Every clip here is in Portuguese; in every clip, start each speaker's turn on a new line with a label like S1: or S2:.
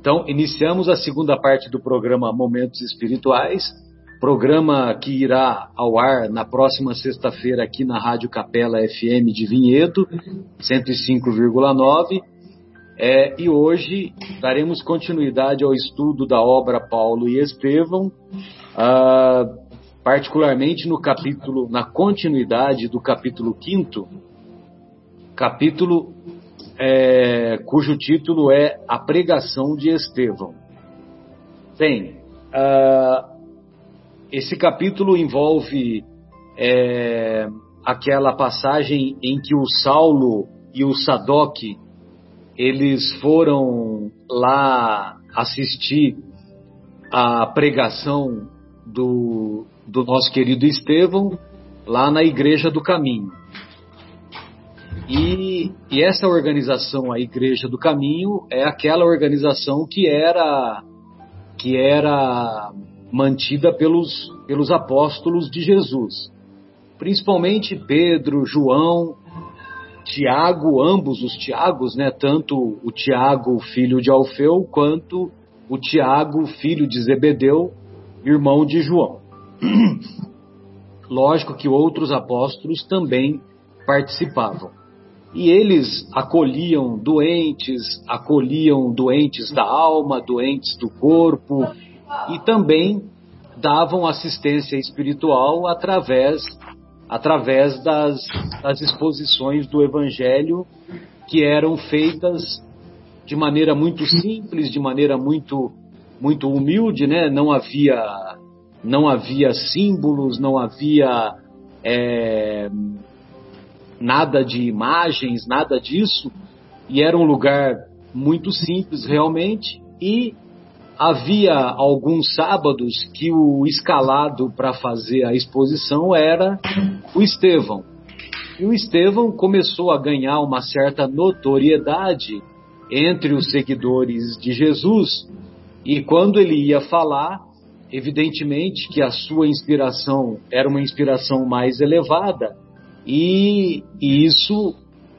S1: Então, iniciamos a segunda parte do programa Momentos Espirituais, programa que irá ao ar na próxima sexta-feira aqui na Rádio Capela FM de Vinhedo, 105,9. E hoje daremos continuidade ao estudo da obra Paulo e Estevão, particularmente na continuidade do capítulo 5º, capítulo cujo título é A Pregação de Estevão. Bem, esse capítulo envolve aquela passagem em que o Saulo e o Sadoc eles foram lá assistir a pregação do nosso querido Estevão lá na Igreja do Caminho. E essa organização, a Igreja do Caminho, é aquela organização que era mantida pelos apóstolos de Jesus, principalmente Pedro, João, Tiago, ambos os Tiagos, né? Tanto o Tiago, filho de Alfeu, quanto o Tiago, filho de Zebedeu, irmão de João. Lógico que outros apóstolos também participavam. E eles acolhiam doentes da alma, doentes do corpo, e também davam assistência espiritual através das exposições do Evangelho, que eram feitas de maneira muito simples, de maneira muito, muito humilde, né? Não havia símbolos, não havia nada de imagens, nada disso, e era um lugar muito simples realmente, e havia alguns sábados que o escalado para fazer a exposição era o Estevão. E o Estevão começou a ganhar uma certa notoriedade entre os seguidores de Jesus, e quando ele ia falar, evidentemente que a sua inspiração era uma inspiração mais elevada, e isso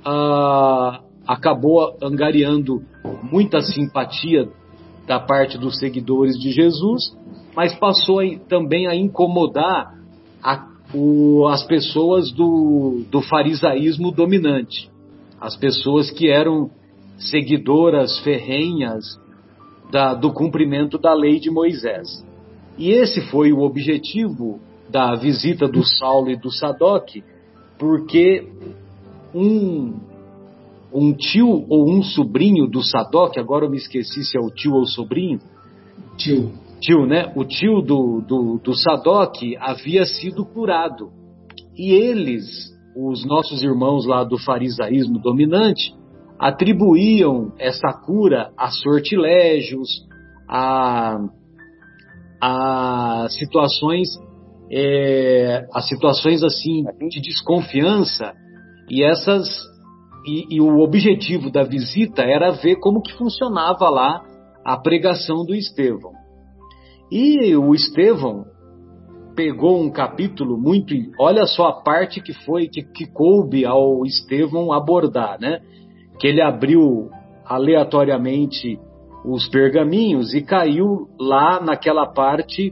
S1: acabou angariando muita simpatia da parte dos seguidores de Jesus, mas passou também a incomodar as pessoas do farisaísmo dominante, as pessoas que eram seguidoras ferrenhas do cumprimento da lei de Moisés. E esse foi o objetivo da visita do Saulo e do Sadoc, porque um tio ou um sobrinho do Sadoc, agora eu me esqueci se é o tio ou o sobrinho. Tio, né? O tio do Sadoc havia sido curado. E eles, os nossos irmãos lá do farisaísmo dominante, atribuíam essa cura a sortilégios, a situações assim de desconfiança, e o objetivo da visita era ver como que funcionava lá a pregação do Estevão. E o Estevão pegou um capítulo muito... Olha só a parte que coube ao Estevão abordar, né? Que ele abriu aleatoriamente os pergaminhos e caiu lá naquela parte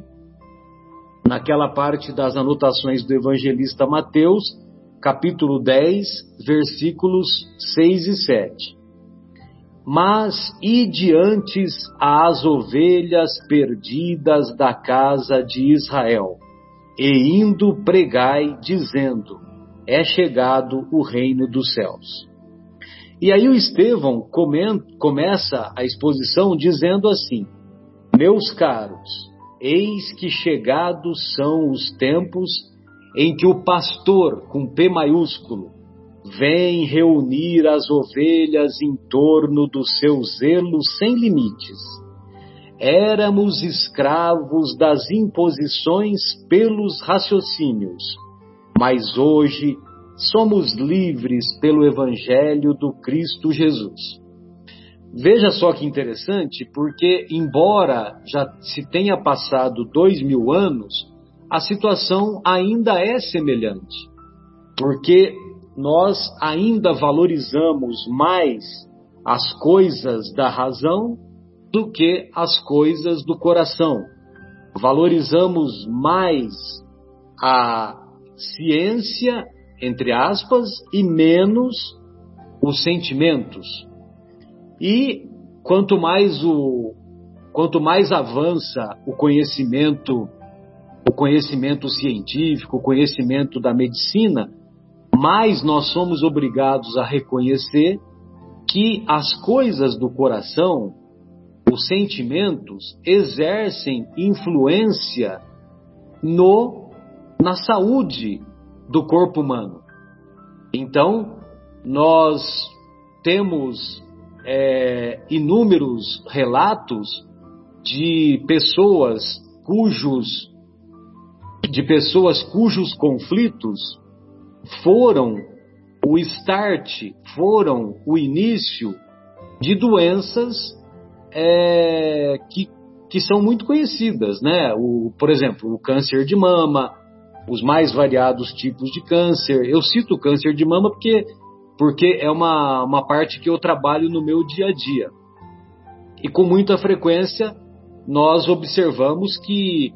S1: das anotações do evangelista Mateus, capítulo 10, versículos 6 e 7. Mas ide antes às ovelhas perdidas da casa de Israel, e indo pregai, dizendo, é chegado o reino dos céus. E aí o Estevão começa a exposição dizendo assim, meus caros, eis que chegados são os tempos em que o pastor, com P maiúsculo, vem reunir as ovelhas em torno do seu zelo sem limites. Éramos escravos das imposições pelos raciocínios, mas hoje somos livres pelo Evangelho do Cristo Jesus. Veja só que interessante, porque embora já se tenha passado 2000 anos, a situação ainda é semelhante, porque nós ainda valorizamos mais as coisas da razão do que as coisas do coração. Valorizamos mais a ciência, entre aspas, e menos os sentimentos. E quanto mais avança o conhecimento científico, o conhecimento da medicina, mais nós somos obrigados a reconhecer que as coisas do coração, os sentimentos, exercem influência na saúde do corpo humano. Então, nós temos inúmeros relatos de pessoas cujos conflitos foram o start, foram o início de doenças que são muito conhecidas, né? Por exemplo, o câncer de mama, os mais variados tipos de câncer. Eu cito o câncer de mama porque é uma parte que eu trabalho no meu dia a dia. E com muita frequência nós observamos que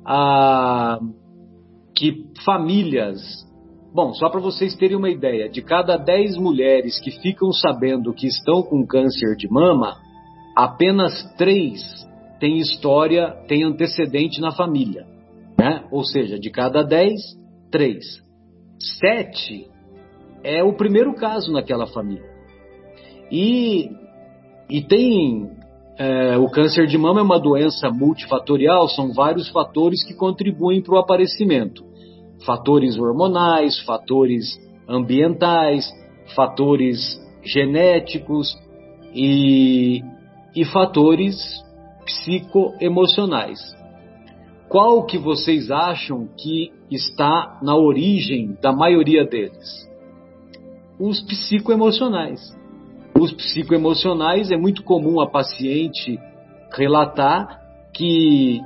S1: famílias... Bom, só para vocês terem uma ideia, de cada 10 mulheres que ficam sabendo que estão com câncer de mama, apenas 3 têm antecedente na família, né? Ou seja, de cada 10, 3. 7 é o primeiro caso naquela família. E tem... o câncer de mama é uma doença multifatorial, são vários fatores que contribuem para o aparecimento. Fatores hormonais, fatores ambientais, fatores genéticos e fatores psicoemocionais. Qual que vocês acham que está na origem da maioria deles? Os psicoemocionais. Os psicoemocionais, é muito comum a paciente relatar que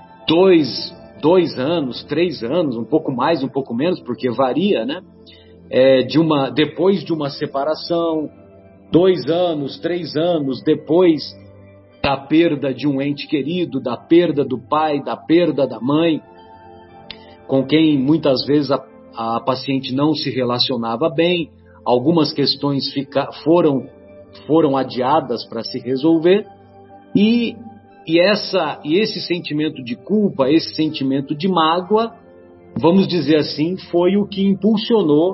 S1: 2 anos, 3 anos, um pouco mais, um pouco menos, porque varia, né? Depois de uma separação, 2 anos, 3 anos depois da perda de um ente querido, da perda do pai, da perda da mãe, com quem muitas vezes a paciente não se relacionava bem, algumas questões foram adiadas para se resolver, e esse sentimento de culpa, esse sentimento de mágoa, vamos dizer assim, foi o que impulsionou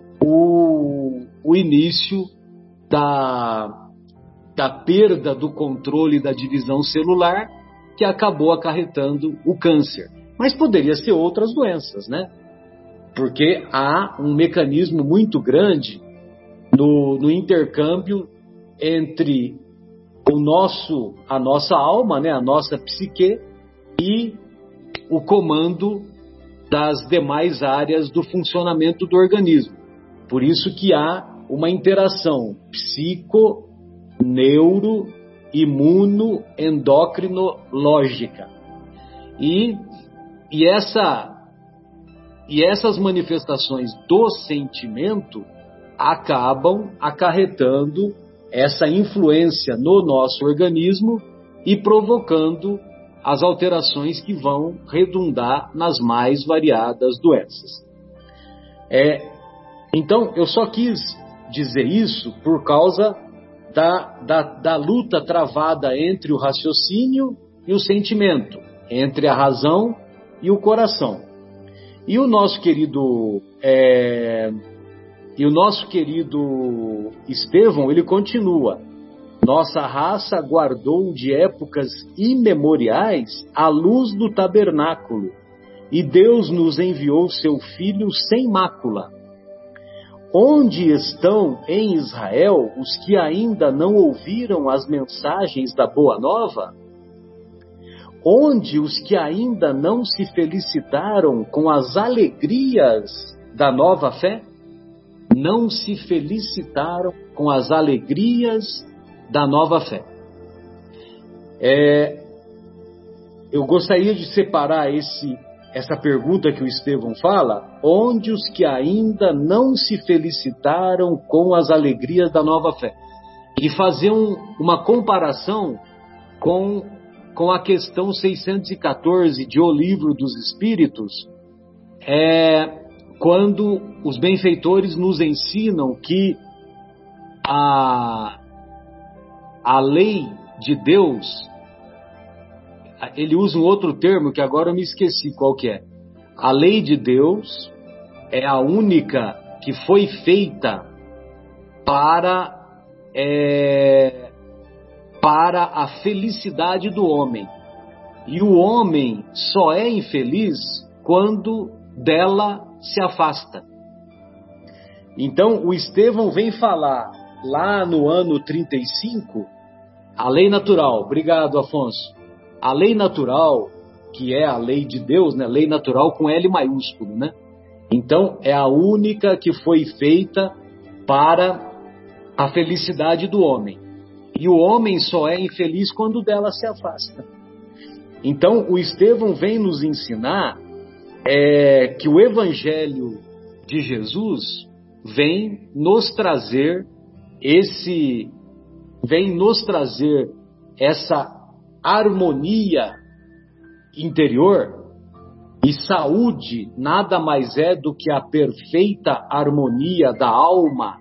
S1: o início da perda do controle da divisão celular, que acabou acarretando o câncer. Mas poderia ser outras doenças, né? Porque há um mecanismo muito grande no intercâmbio entre a nossa alma, né, a nossa psique, e o comando das demais áreas do funcionamento do organismo. Por isso que há uma interação psico, neuro, imuno, endocrinológica. E essas manifestações do sentimento acabam acarretando essa influência no nosso organismo e provocando as alterações que vão redundar nas mais variadas doenças. Então, eu só quis dizer isso por causa da luta travada entre o raciocínio e o sentimento, entre a razão e o coração. E o nosso querido Estevão, ele continua: nossa raça guardou de épocas imemoriais a luz do tabernáculo, e Deus nos enviou seu Filho sem mácula. Onde estão em Israel os que ainda não ouviram as mensagens da Boa Nova? Onde os que ainda não se felicitaram com as alegrias da nova fé? Não se felicitaram com as alegrias da nova fé. Eu gostaria de separar essa pergunta que o Estevão fala, onde os que ainda não se felicitaram com as alegrias da nova fé, e fazer uma comparação com, com a questão 614 de O Livro dos Espíritos, quando os benfeitores nos ensinam que a lei de Deus, ele usa um outro termo que agora eu me esqueci qual que é. A lei de Deus é a única que foi feita para a felicidade do homem. E o homem só é infeliz quando dela se afasta. Então, o Estevão vem falar lá no ano 35, a lei natural. Obrigado, Afonso. A lei natural, que é a lei de Deus, né? Lei natural com L maiúsculo, né? Então, é a única que foi feita para a felicidade do homem. E o homem só é infeliz quando dela se afasta. Então, o Estevão vem nos ensinar que o Evangelho de Jesus vem nos trazer essa harmonia interior. E saúde nada mais é do que a perfeita harmonia da alma,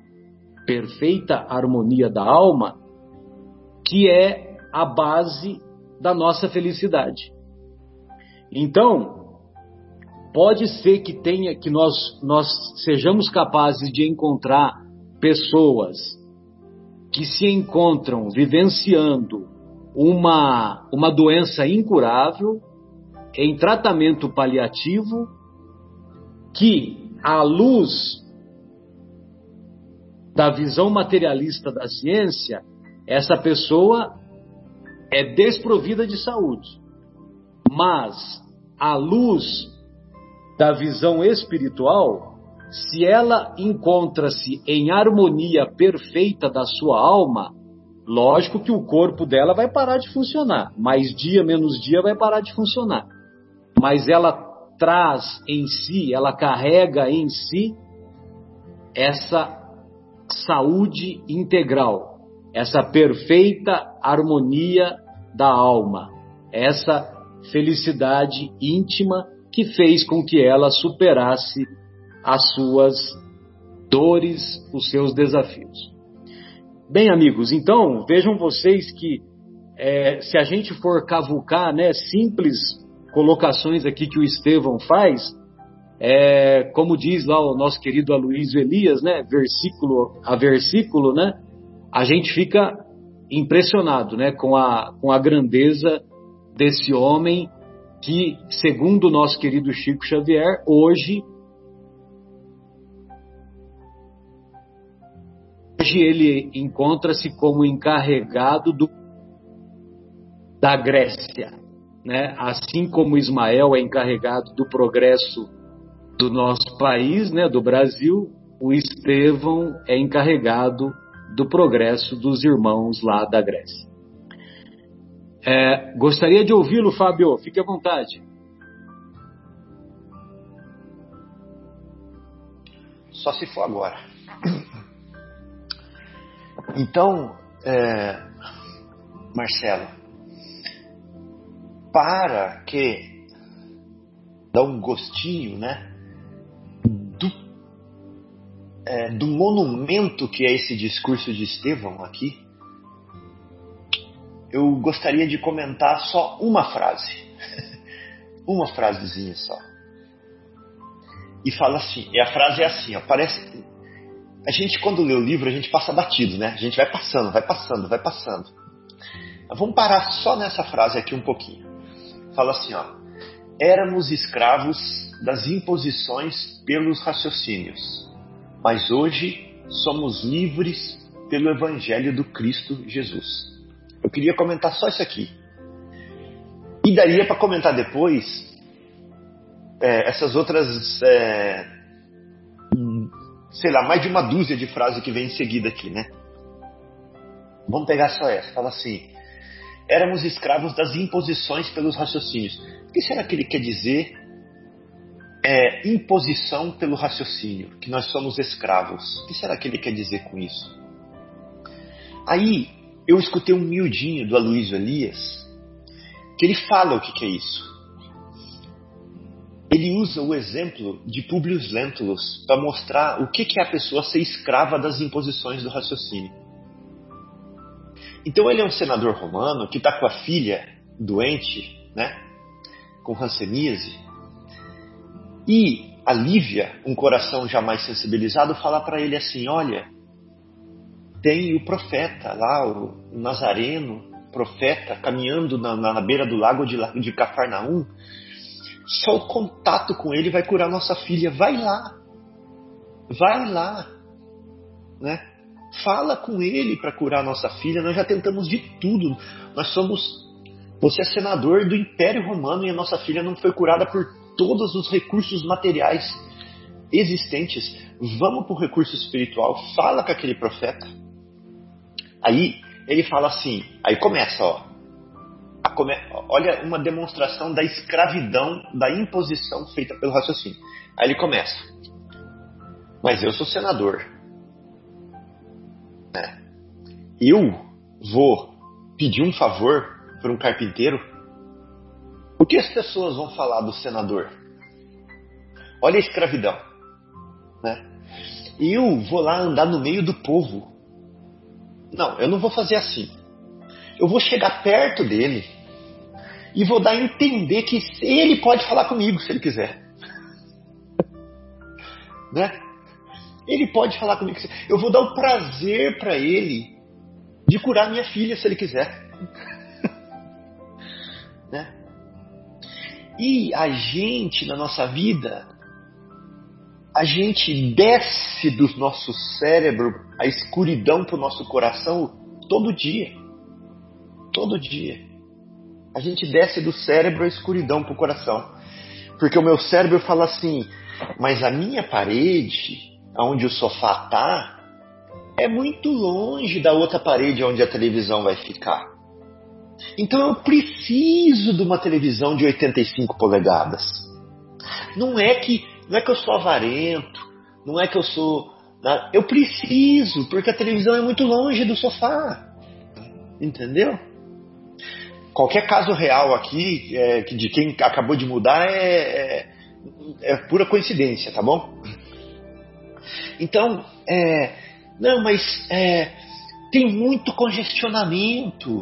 S1: que é a base da nossa felicidade. Então, pode ser que nós sejamos capazes de encontrar pessoas que se encontram vivenciando uma doença incurável, em tratamento paliativo, que, à luz da visão materialista da ciência, essa pessoa é desprovida de saúde. Mas, à luz da visão espiritual, se ela encontra-se em harmonia perfeita da sua alma, lógico que o corpo dela vai parar de funcionar. Mais dia, menos dia, vai parar de funcionar. Mas ela traz em si, ela carrega em si essa saúde integral, essa perfeita harmonia da alma, essa felicidade íntima que fez com que ela superasse as suas dores, os seus desafios. Bem, amigos, então vejam vocês que se a gente for cavucar, né, simples colocações aqui que o Estevão faz, como diz lá o nosso querido Aloysio Elias, né, versículo a versículo, né, a gente fica impressionado, né, com a grandeza desse homem que, segundo o nosso querido Chico Xavier, hoje ele encontra-se como encarregado da Grécia, né? Assim como Ismael é encarregado do progresso do nosso país, né, do Brasil, o Estevão é encarregado do progresso dos irmãos lá da Grécia. Gostaria de ouvi-lo, Fábio, fique à vontade.
S2: Só se for agora. Então, Marcelo, para que dá um gostinho, né, do monumento que é esse discurso de Estevão aqui, eu gostaria de comentar só uma frase, uma frasezinha só. E fala assim, a frase é assim, ó, parece... A gente, quando lê o livro, a gente passa batido, né? A gente vai passando. Mas vamos parar só nessa frase aqui um pouquinho. Fala assim, ó. Éramos escravos das imposições pelos raciocínios, mas hoje somos livres pelo Evangelho do Cristo Jesus. Eu queria comentar só isso aqui. E daria para comentar depois essas outras... sei lá, mais de uma dúzia de frases que vem em seguida aqui, né? Vamos pegar só essa. Fala assim: éramos escravos das imposições pelos raciocínios. O que será que ele quer dizer imposição pelo raciocínio? Que nós somos escravos. O que será que ele quer dizer com isso? Aí, eu escutei um miudinho do Aloysio Elias, que ele fala o que é isso. Ele usa o exemplo de Públio Lentulus para mostrar o que é a pessoa ser escrava das imposições do raciocínio. Então ele é um senador romano que está com a filha doente, né, com hanseníase, e a Lívia, um coração jamais sensibilizado, fala para ele assim: olha, tem o profeta lá, o Nazareno, profeta, caminhando na beira do lago de Cafarnaum. Só o contato com ele vai curar nossa filha. Vai lá, né? Fala com ele para curar nossa filha. Nós já tentamos de tudo. Você é senador do Império Romano e a nossa filha não foi curada por todos os recursos materiais existentes. Vamos para o recurso espiritual. Fala com aquele profeta. Aí ele fala assim, aí começa, olha uma demonstração da escravidão, da imposição feita pelo raciocínio. Aí ele começa: mas eu sou senador, né? Eu vou pedir um favor para um carpinteiro? O que as pessoas vão falar do senador? Olha a escravidão, né? Eu vou lá andar no meio do povo. Não, eu não vou fazer assim. Eu vou chegar perto dele e vou dar a entender que ele pode falar comigo se ele quiser. Né? Ele pode falar comigo. Eu vou dar o prazer para ele de curar minha filha se ele quiser. Né? E a gente, na nossa vida, a gente desce do nosso cérebro a escuridão para o nosso coração todo dia. Todo dia. A gente desce do cérebro a escuridão para o coração. Porque o meu cérebro fala assim: mas a minha parede, onde o sofá está, é muito longe da outra parede onde a televisão vai ficar. Então eu preciso de uma televisão de 85 polegadas. Não é que eu sou avarento, não é que eu sou... Eu preciso, porque a televisão é muito longe do sofá. Entendeu? Qualquer caso real aqui, de quem acabou de mudar, é pura coincidência, tá bom? Então, não, mas tem muito congestionamento.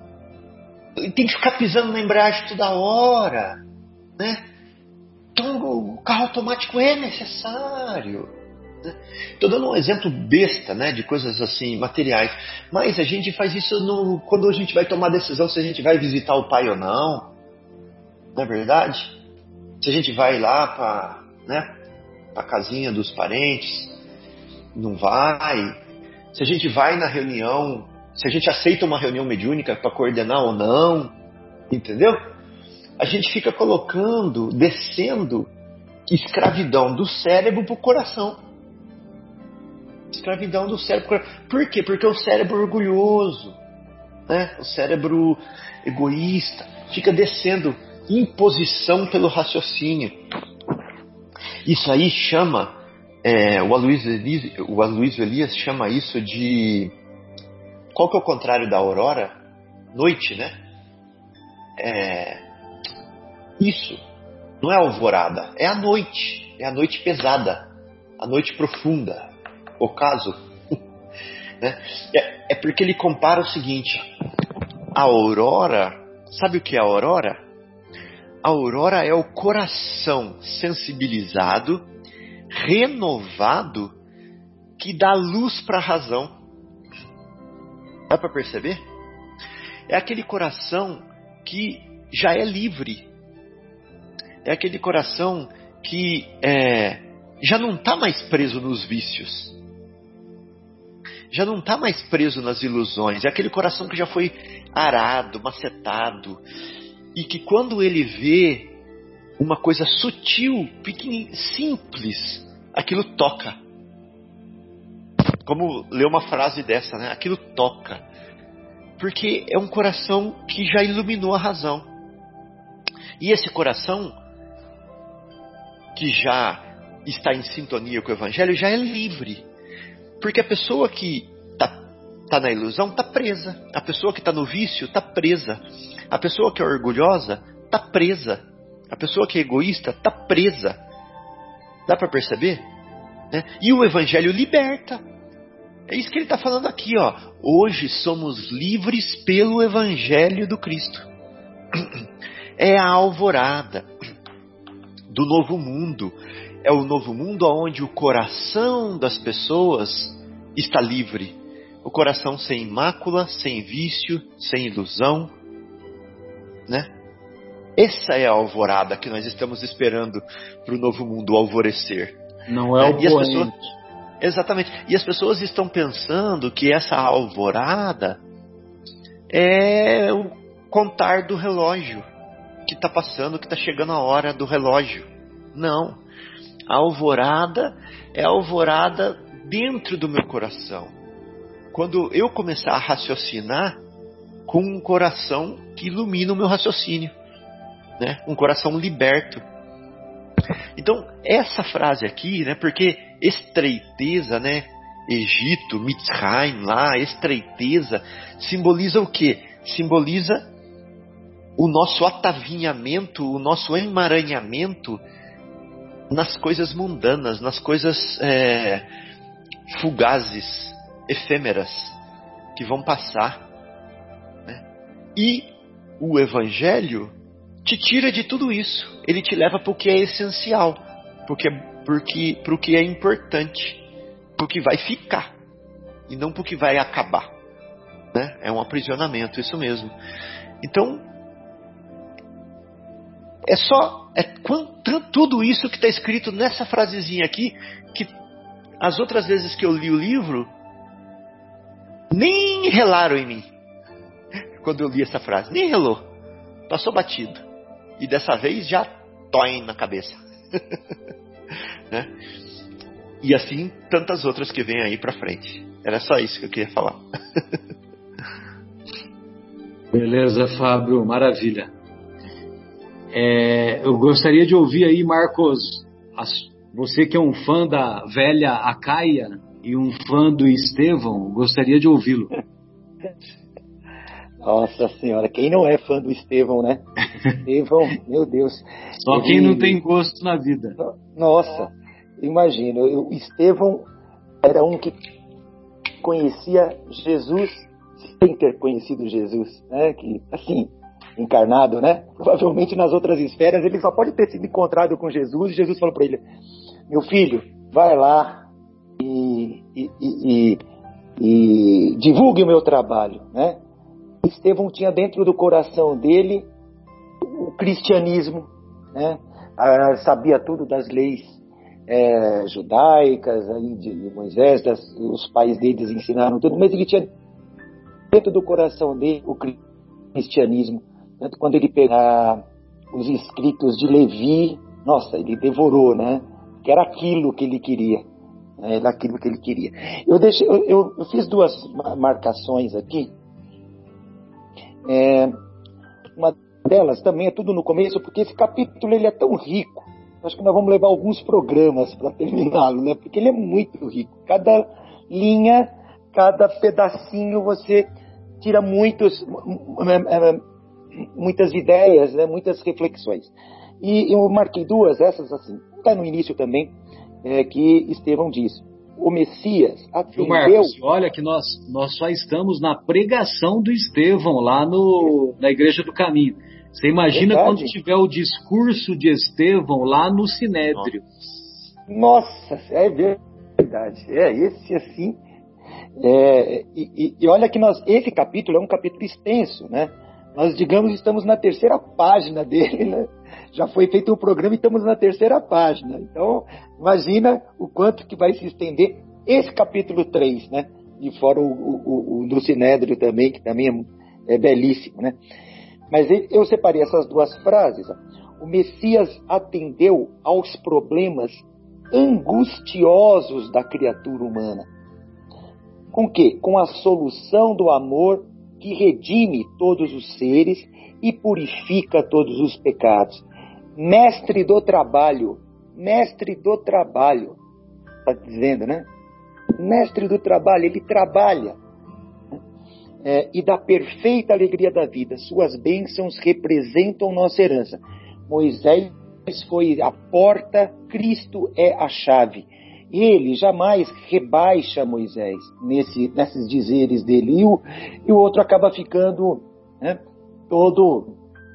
S2: Tem que ficar pisando na embreagem toda hora, né? Então o carro automático é necessário. Estou dando um exemplo besta, né, de coisas assim, materiais. Mas a gente faz isso quando a gente vai tomar decisão se a gente vai visitar o pai ou não. Não é verdade? Se a gente vai lá para, né, a casinha dos parentes, não vai. Se a gente vai na reunião, se a gente aceita uma reunião mediúnica para coordenar ou não. Entendeu? A gente fica descendo escravidão do cérebro para o coração. Escravidão do cérebro. Por quê? Porque o cérebro orgulhoso, né? O cérebro egoísta fica descendo imposição pelo raciocínio. Isso aí chama, o Aloysio Elias chama isso de... Qual que é o contrário da aurora? Noite, né? Isso não é alvorada, é a noite pesada, a noite profunda. Ocaso, né? É porque ele compara o seguinte: a aurora, sabe o que é a aurora? A aurora é o coração sensibilizado, renovado, que dá luz para a razão. Dá para perceber? É aquele coração que já é livre. É aquele coração que já não está mais preso nos vícios. Já não está mais preso nas ilusões. É aquele coração que já foi arado, macetado. E que quando ele vê uma coisa sutil, pequenininha, simples, aquilo toca. Como ler uma frase dessa, né? Aquilo toca. Porque é um coração que já iluminou a razão. E esse coração, que já está em sintonia com o Evangelho, já é livre. Porque a pessoa que está está na ilusão está presa. A pessoa que está no vício está presa. A pessoa que é orgulhosa está presa. A pessoa que é egoísta está presa. Dá para perceber? Né? E o Evangelho liberta. É isso que ele está falando aqui, ó. Hoje somos livres pelo Evangelho do Cristo. É a alvorada do novo mundo. É o novo mundo onde o coração das pessoas está livre. O coração sem mácula, sem vício, sem ilusão, né? Essa é a alvorada que nós estamos esperando para o novo mundo alvorecer.
S1: Não é o poente.
S2: Exatamente. E as pessoas estão pensando que essa alvorada é o contar do relógio, que está passando, que está chegando a hora do relógio. Não. A alvorada é a alvorada dentro do meu coração. Quando eu começar a raciocinar com um coração que ilumina o meu raciocínio, né? Um coração liberto. Então, essa frase aqui, né? Porque estreiteza, né? Egito, Mitzrayim lá, estreiteza, simboliza o quê? Simboliza o nosso atavinhamento, o nosso emaranhamento nas coisas mundanas, nas coisas fugazes, efêmeras, que vão passar, né? E o Evangelho te tira de tudo isso. Ele te leva para o que é essencial, para o que é importante, para o que vai ficar, e não para o que vai acabar, né? É um aprisionamento, isso mesmo. Então, tudo isso que está escrito nessa frasezinha aqui, que as outras vezes que eu li o livro, nem relaram em mim. Quando eu li essa frase, nem relou. Passou batido. E dessa vez já toem na cabeça. Né? E assim, tantas outras que vêm aí pra frente. Era só isso que eu queria falar.
S1: Beleza, Fábio, maravilha. Eu gostaria de ouvir aí, Marcos, você que é um fã da velha Acaia e um fã do Estevão, gostaria de ouvi-lo.
S3: Nossa Senhora, quem não é fã do Estevão, né? Estevão, meu Deus.
S1: Só quem não tem gosto na vida.
S3: Nossa, imagina, o Estevão era um que conhecia Jesus sem ter conhecido Jesus, né? Que, assim, encarnado, né? Provavelmente nas outras esferas ele só pode ter sido encontrado com Jesus, e Jesus falou para ele: meu filho, vai lá e divulgue o meu trabalho, né? Estevão tinha dentro do coração dele o cristianismo, né? Sabia tudo das leis judaicas aí de Moisés, os pais deles ensinaram tudo, mas ele tinha dentro do coração dele o cristianismo. Tanto quando ele pegava os escritos de Levi, nossa, ele devorou, né? Que era aquilo que ele queria. Era aquilo que ele queria. Eu fiz duas marcações aqui. Uma delas também é tudo no começo, porque esse capítulo ele é tão rico. Acho que nós vamos levar alguns programas para terminá-lo, né? Porque ele é muito rico. Cada linha, cada pedacinho você tira muitas ideias, né? Muitas reflexões. E eu marquei duas, essas assim, está no início também, que Estevão diz: o Messias atendeu...
S1: Marcos, olha que nós só estamos na pregação do Estevão lá na Igreja do Caminho. Você imagina quando tiver o discurso de Estevão lá no Sinédrio.
S3: Nossa, é verdade. Esse assim... E olha que esse capítulo é um capítulo extenso, né? Nós, digamos, estamos na terceira página dele, né? Já foi feito um programa e estamos na terceira página. Então, imagina o quanto que vai se estender esse capítulo 3, né? E fora o do Sinédrio também, que também é belíssimo, né? Mas eu separei essas duas frases. Ó. O Messias atendeu aos problemas angustiosos da criatura humana. Com o quê? Com a solução do amor que redime todos os seres e purifica todos os pecados. Mestre do trabalho, está dizendo, né? Mestre do trabalho, ele trabalha e da perfeita alegria da vida. Suas bênçãos representam nossa herança. Moisés foi a porta, Cristo é a chave. Ele jamais rebaixa Moisés nesses dizeres dele. E o outro acaba ficando, né, todo...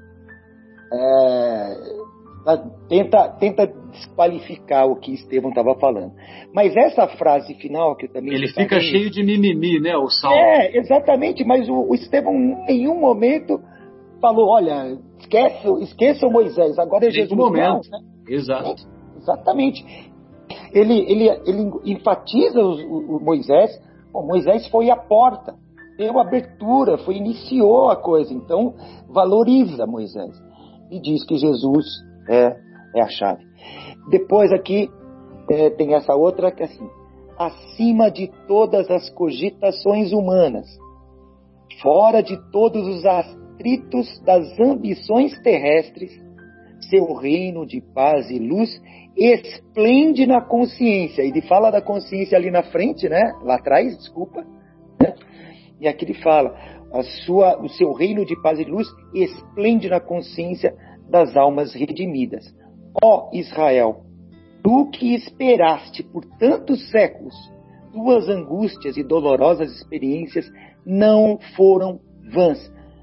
S3: Tenta desqualificar o que Estevão estava falando. Mas essa frase final que eu também...
S1: Ele fica cheio de mimimi, né, o Saulo?
S3: Exatamente, mas o Estevão em nenhum momento falou, olha, esqueça o Moisés, agora é Jesus.
S1: Em nenhum momento,
S3: não, né?
S1: Exato.
S3: Exatamente. Ele enfatiza o Moisés. Bom, Moisés foi a porta, deu abertura, iniciou a coisa, então valoriza Moisés. E diz que Jesus é a chave. Depois aqui tem essa outra que é assim: acima de todas as cogitações humanas, fora de todos os atritos das ambições terrestres, seu reino de paz e luz esplende na consciência. Ele fala da consciência ali na frente, né? Lá atrás, desculpa. Né? E aqui ele fala: o seu reino de paz e luz esplende na consciência das almas redimidas. Ó Israel, tu que esperaste por tantos séculos, tuas angústias e dolorosas experiências não foram vãs.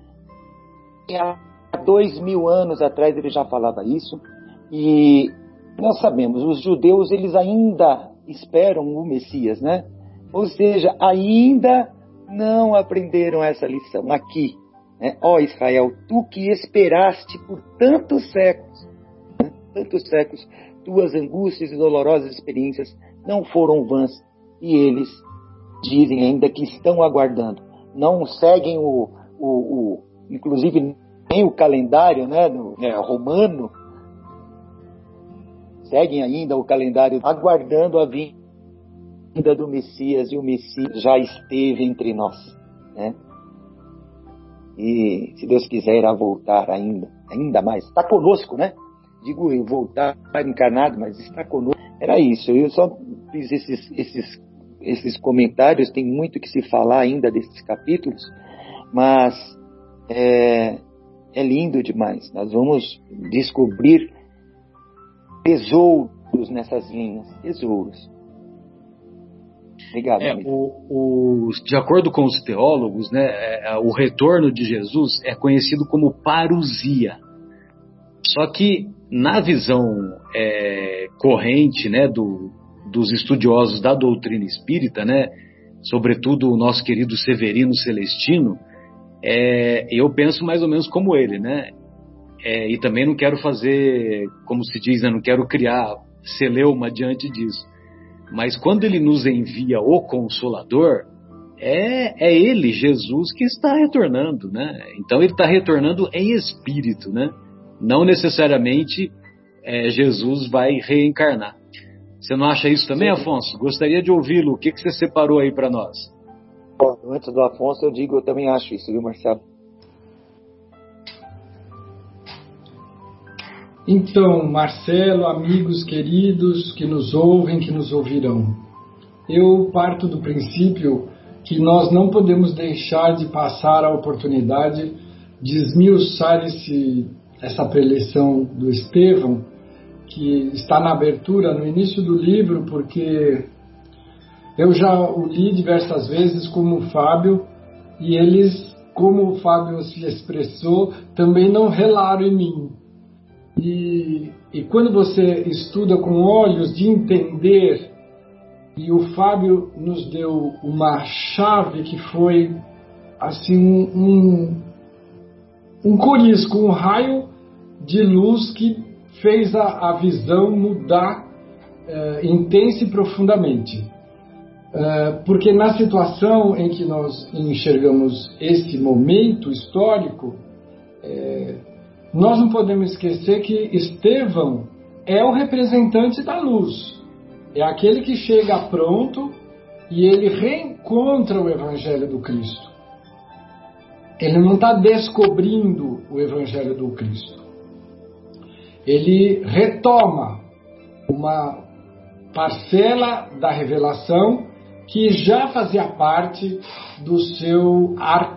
S3: Há 2000 anos atrás ele já falava isso, e nós sabemos, os judeus eles ainda esperam o Messias, né? Ou seja, ainda não aprenderam essa lição aqui. Né? Ó Israel, tu que esperaste por tantos séculos, né? Tantos séculos, tuas angústias e dolorosas experiências não foram vãs. E eles dizem ainda que estão aguardando. Não seguem inclusive nem o calendário, né, romano. Seguem ainda o calendário aguardando a vinda do Messias, e o Messias já esteve entre nós, né? E se Deus quiser irá voltar ainda mais. Está conosco, né? Digo voltar encarnado, mas está conosco. Era isso. Eu só fiz esses comentários. Tem muito que se falar ainda desses capítulos, mas é lindo demais. Nós vamos descobrir tesouros nessas linhas. Tesouros. Obrigado.
S1: De acordo com os teólogos, né, o retorno de Jesus é conhecido como parousia. Só que na visão corrente, né, dos estudiosos da doutrina espírita, né, sobretudo o nosso querido Severino Celestino, eu penso mais ou menos como ele, né? E também não quero fazer, como se diz, né, não quero criar celeuma diante disso. Mas quando ele nos envia o Consolador, é ele, Jesus, que está retornando, né? Então ele está retornando em espírito, né? Não necessariamente Jesus vai reencarnar. Você não acha isso também, sim, Afonso? Gostaria de ouvi-lo. O que você separou aí para nós?
S3: Antes do Afonso, eu também acho isso, viu, Marcelo?
S4: Então, Marcelo, amigos queridos que nos ouvem, que nos ouvirão, eu parto do princípio que nós não podemos deixar de passar a oportunidade de esmiuçar essa preleção do Estevão, que está na abertura, no início do livro, porque eu já o li diversas vezes como o Fábio, e eles, como o Fábio se expressou, também não relaram em mim. E quando você estuda com olhos de entender, e o Fábio nos deu uma chave que foi assim um corisco, um raio de luz que fez a visão mudar intensa e profundamente. Porque na situação em que nós enxergamos esse momento histórico, nós não podemos esquecer que Estevão é o representante da luz. É aquele que chega pronto e ele reencontra o Evangelho do Cristo. Ele não está descobrindo o Evangelho do Cristo. Ele retoma uma parcela da revelação que já fazia parte do seu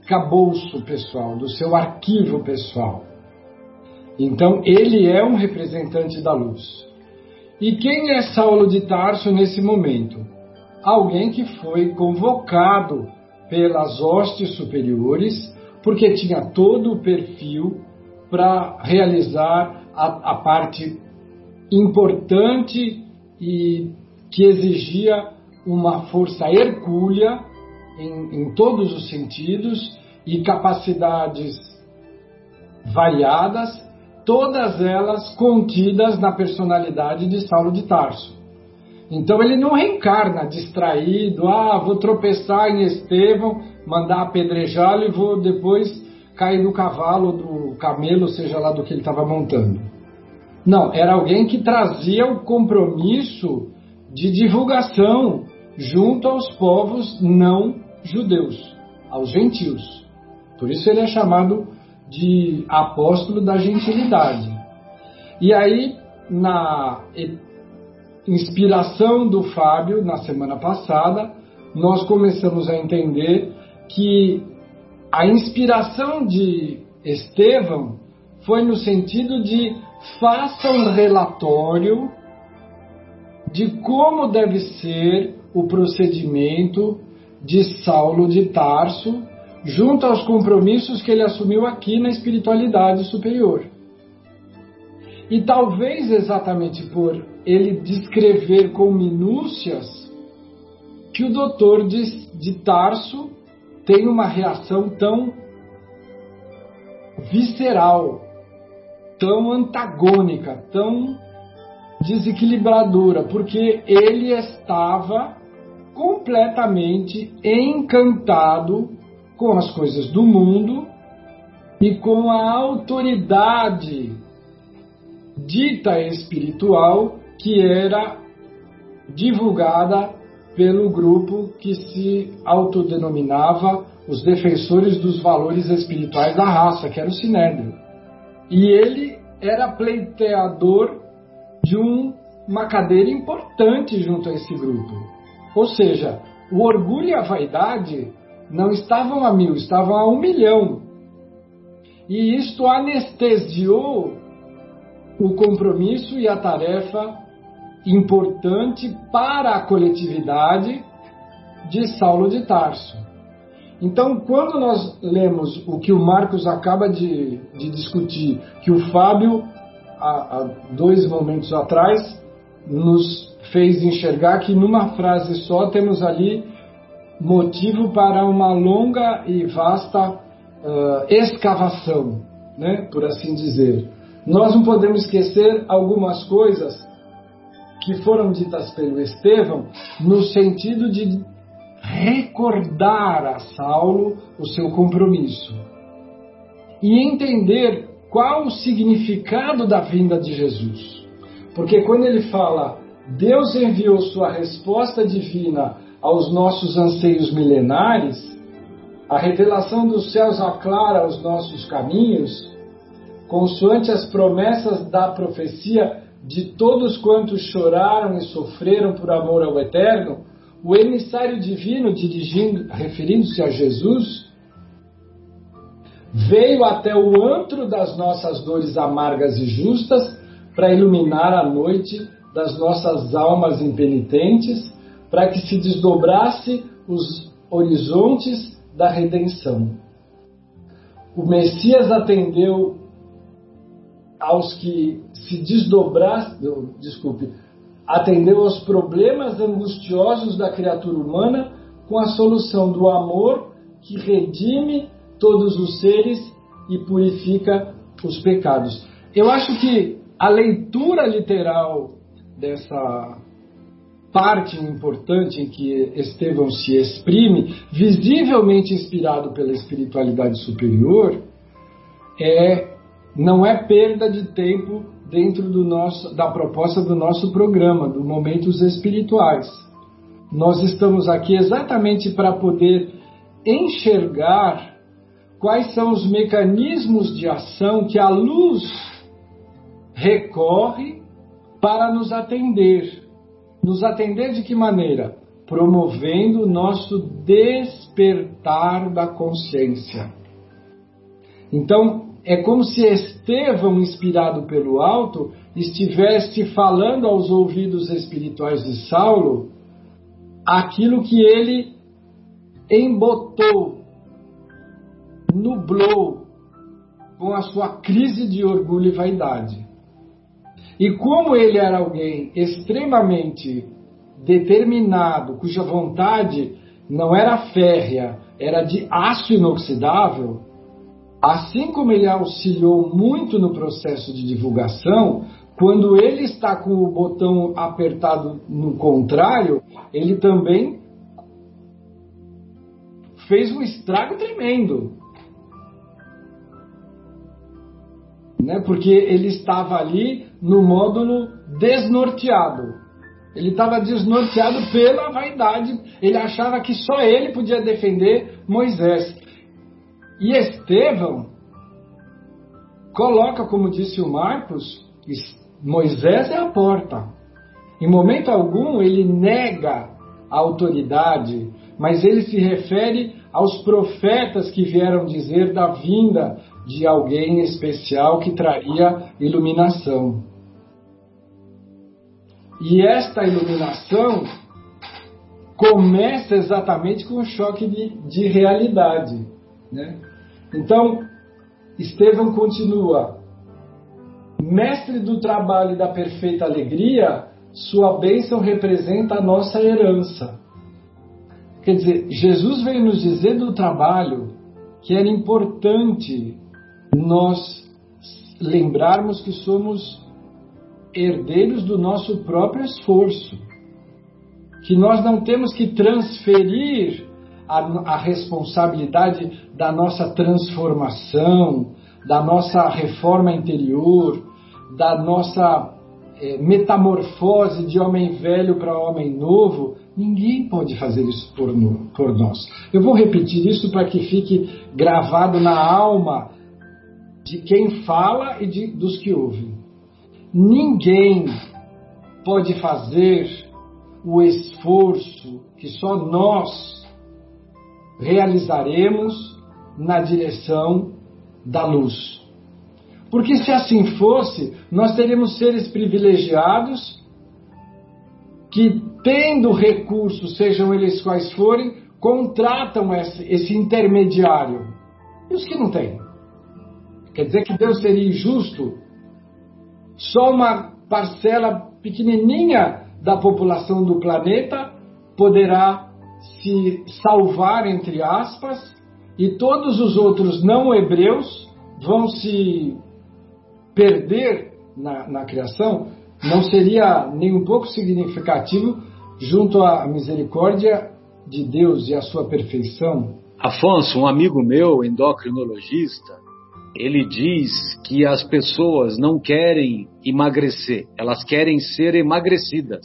S4: arcabouço pessoal, do seu arquivo pessoal. Então, ele é um representante da luz. E quem é Saulo de Tarso nesse momento? Alguém que foi convocado pelas hostes superiores, porque tinha todo o perfil para realizar a parte importante e que exigia uma força hercúlea em todos os sentidos e capacidades variadas, todas elas contidas na personalidade de Saulo de Tarso. Então ele não reencarna distraído, vou tropeçar em Estevão, mandar apedrejá-lo e vou depois cair do cavalo, do camelo, seja lá do que ele estava montando. Não, era alguém que trazia o compromisso de divulgação junto aos povos não judeus, aos gentios. Por isso ele é chamado de apóstolo da gentilidade. E aí, na inspiração do Fábio, na semana passada, nós começamos a entender que a inspiração de Estevão foi no sentido de faça um relatório de como deve ser o procedimento de Saulo de Tarso junto aos compromissos que ele assumiu aqui na espiritualidade superior. E talvez exatamente por ele descrever com minúcias que o doutor de Tarso tem uma reação tão visceral, tão antagônica, tão desequilibradora, porque ele estava completamente encantado com as coisas do mundo e com a autoridade dita espiritual que era divulgada pelo grupo que se autodenominava os defensores dos valores espirituais da raça, que era o Sinédrio. E ele era pleiteador de uma cadeira importante junto a esse grupo. Ou seja, o orgulho e a vaidade não estavam a 1000, estavam a 1 milhão. E isto anestesiou o compromisso e a tarefa importante para a coletividade de Saulo de Tarso. Então, quando nós lemos o que o Marcos acaba de discutir, que o Fábio, há 2 momentos atrás, nos fez enxergar que numa frase só temos ali motivo para uma longa e vasta escavação, né, por assim dizer. Nós não podemos esquecer algumas coisas que foram ditas pelo Estevão no sentido de recordar a Saulo o seu compromisso e entender qual o significado da vinda de Jesus. Porque quando ele fala, Deus enviou sua resposta divina aos nossos anseios milenares, a revelação dos céus aclara os nossos caminhos, consoante as promessas da profecia de todos quantos choraram e sofreram por amor ao Eterno, o emissário divino, referindo-se a Jesus, veio até o antro das nossas dores amargas e justas para iluminar a noite das nossas almas impenitentes, para que se desdobrasse os horizontes da redenção. O Messias atendeu aos que se atendeu aos problemas angustiosos da criatura humana com a solução do amor que redime todos os seres e purifica os pecados. Eu acho que a leitura literal dessa parte importante em que Estevão se exprime, visivelmente inspirado pela espiritualidade superior, não é perda de tempo dentro da proposta do nosso programa, do Momentos Espirituais. Nós estamos aqui exatamente para poder enxergar quais são os mecanismos de ação que a luz recorre para nos atender. Nos atender de que maneira? promovendo o nosso despertar da consciência. Então, é como se Estevão, inspirado pelo alto, estivesse falando aos ouvidos espirituais de Saulo aquilo que ele embotou, nublou com a sua crise de orgulho e vaidade. E como ele era alguém extremamente determinado, cuja vontade não era férrea, era de aço inoxidável, assim como ele auxiliou muito no processo de divulgação, quando ele está com o botão apertado no contrário, ele também fez um estrago tremendo. Né? Porque ele estava ali no módulo desnorteado. Ele estava desnorteado pela vaidade. Ele achava que só ele podia defender Moisés. E Estevão coloca, como disse o Marcos, Moisés é a porta. Em momento algum ele nega a autoridade, mas ele se refere aos profetas que vieram dizer da vinda de alguém especial que traria iluminação. E esta iluminação começa exatamente com um choque de realidade. Né? Então, Estevão continua: mestre do trabalho e da perfeita alegria, sua bênção representa a nossa herança. Quer dizer, Jesus veio nos dizer do trabalho que era importante nós lembrarmos que somos herdeiros do nosso próprio esforço, que nós não temos que transferir a responsabilidade da nossa transformação, da nossa reforma interior, da nossa metamorfose de homem velho para homem novo. Ninguém pode fazer isso por nós. Eu vou repetir isso para que fique gravado na alma de quem fala e dos que ouvem. Ninguém pode fazer o esforço que só nós realizaremos na direção da luz. Porque se assim fosse, nós teríamos seres privilegiados que, tendo recursos, sejam eles quais forem, contratam esse intermediário. E os que não têm? Quer dizer que Deus seria injusto? Só uma parcela pequenininha da população do planeta poderá se salvar, entre aspas, e todos os outros não hebreus vão se perder na criação? Não seria nem um pouco significativo junto à misericórdia de Deus e à sua perfeição?
S1: Afonso, um amigo meu, endocrinologista, ele diz que as pessoas não querem emagrecer, elas querem ser emagrecidas.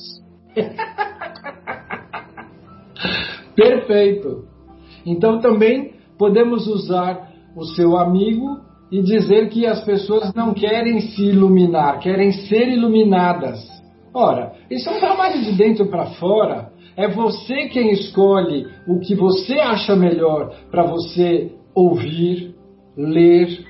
S4: Perfeito. Então também podemos usar o seu amigo e dizer que as pessoas não querem se iluminar, querem ser iluminadas. Ora, isso é um trabalho de dentro para fora. É você quem escolhe o que você acha melhor para você ouvir, ler,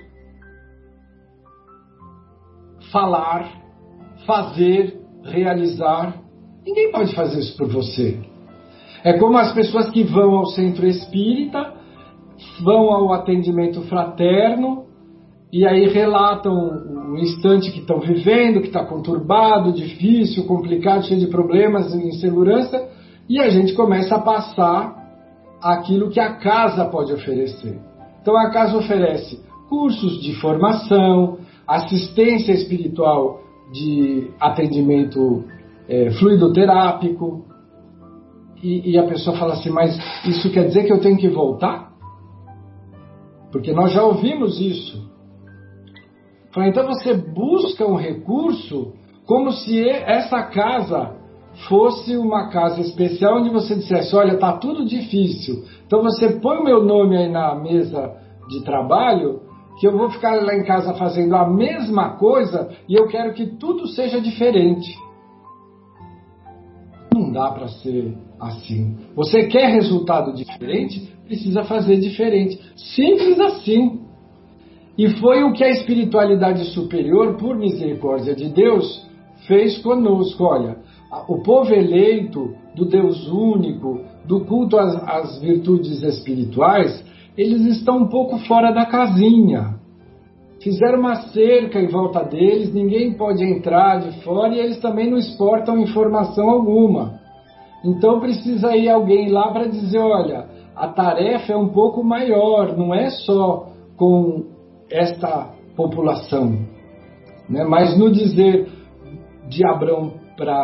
S4: falar, fazer, realizar. Ninguém pode fazer isso por você. É como as pessoas que vão ao centro espírita, vão ao atendimento fraterno e aí relatam o instante que estão vivendo, que está conturbado, difícil, complicado, cheio de problemas, insegurança, e a gente começa a passar aquilo que a casa pode oferecer. Então a casa oferece cursos de formação, assistência espiritual de atendimento fluidoterápico, e a pessoa fala assim, mas isso quer dizer que eu tenho que voltar? Porque nós já ouvimos isso. Então você busca um recurso como se essa casa fosse uma casa especial onde você dissesse, olha, está tudo difícil, então você põe o meu nome aí na mesa de trabalho, que eu vou ficar lá em casa fazendo a mesma coisa e eu quero que tudo seja diferente. Não dá para ser assim. Você quer resultado diferente? Precisa fazer diferente. Simples assim. E foi o que a espiritualidade superior, por misericórdia de Deus, fez conosco. Olha, o povo eleito do Deus único, do culto às virtudes espirituais, eles estão um pouco fora da casinha. Fizeram uma cerca em volta deles, ninguém pode entrar de fora e eles também não exportam informação alguma. Então precisa ir alguém lá para dizer, olha, a tarefa é um pouco maior, não é só com esta população, né? Mas no dizer de Abrão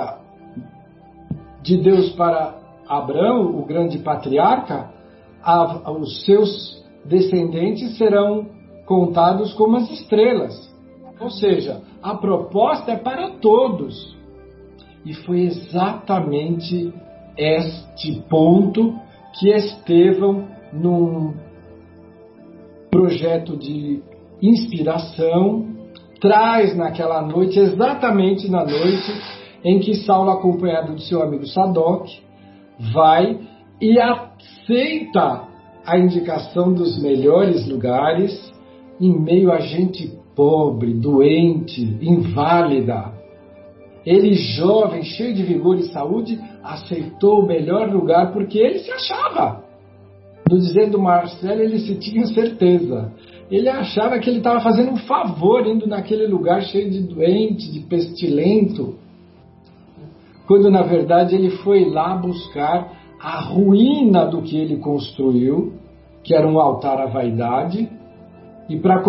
S4: de Deus para Abrão, o grande patriarca, os seus descendentes serão contados como as estrelas. Ou seja, a proposta é para todos. E foi exatamente este ponto que Estevão, num projeto de inspiração, traz naquela noite, exatamente na noite em que Saulo, acompanhado de seu amigo Sadoc, vai e aceita a indicação dos melhores lugares em meio a gente pobre, doente, inválida. Ele, jovem, cheio de vigor e saúde, aceitou o melhor lugar porque ele se achava. No dizer do Marcelo, ele se tinha certeza. Ele achava que ele estava fazendo um favor indo naquele lugar cheio de doente, de pestilento, quando na verdade ele foi lá buscar a ruína do que ele construiu, que era um altar à vaidade, e para